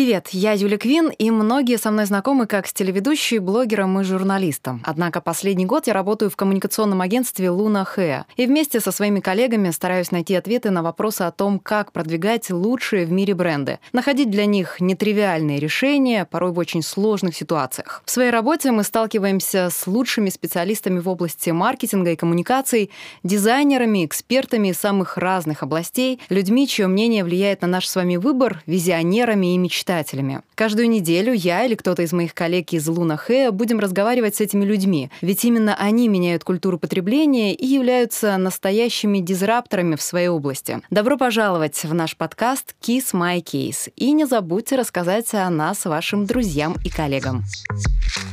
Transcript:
Привет, я Юля Квин, и многие со мной знакомы как с телеведущей, блогером и журналистом. Однако последний год я работаю в коммуникационном агентстве Luna Hair, и вместе со своими коллегами стараюсь найти ответы на вопросы о том, как продвигать лучшие в мире бренды, находить для них нетривиальные решения, порой в очень сложных ситуациях. В своей работе мы сталкиваемся с лучшими специалистами в области маркетинга и коммуникаций, дизайнерами, экспертами из самых разных областей, людьми, чье мнение влияет на наш с вами выбор, визионерами и мечтателями. Каждую неделю я или кто-то из моих коллег из Luna Hair будем разговаривать с этими людьми, ведь именно они меняют культуру потребления и являются настоящими дизрапторами в своей области. Добро пожаловать в наш подкаст Kiss My Case. И не забудьте рассказать о нас вашим друзьям и коллегам.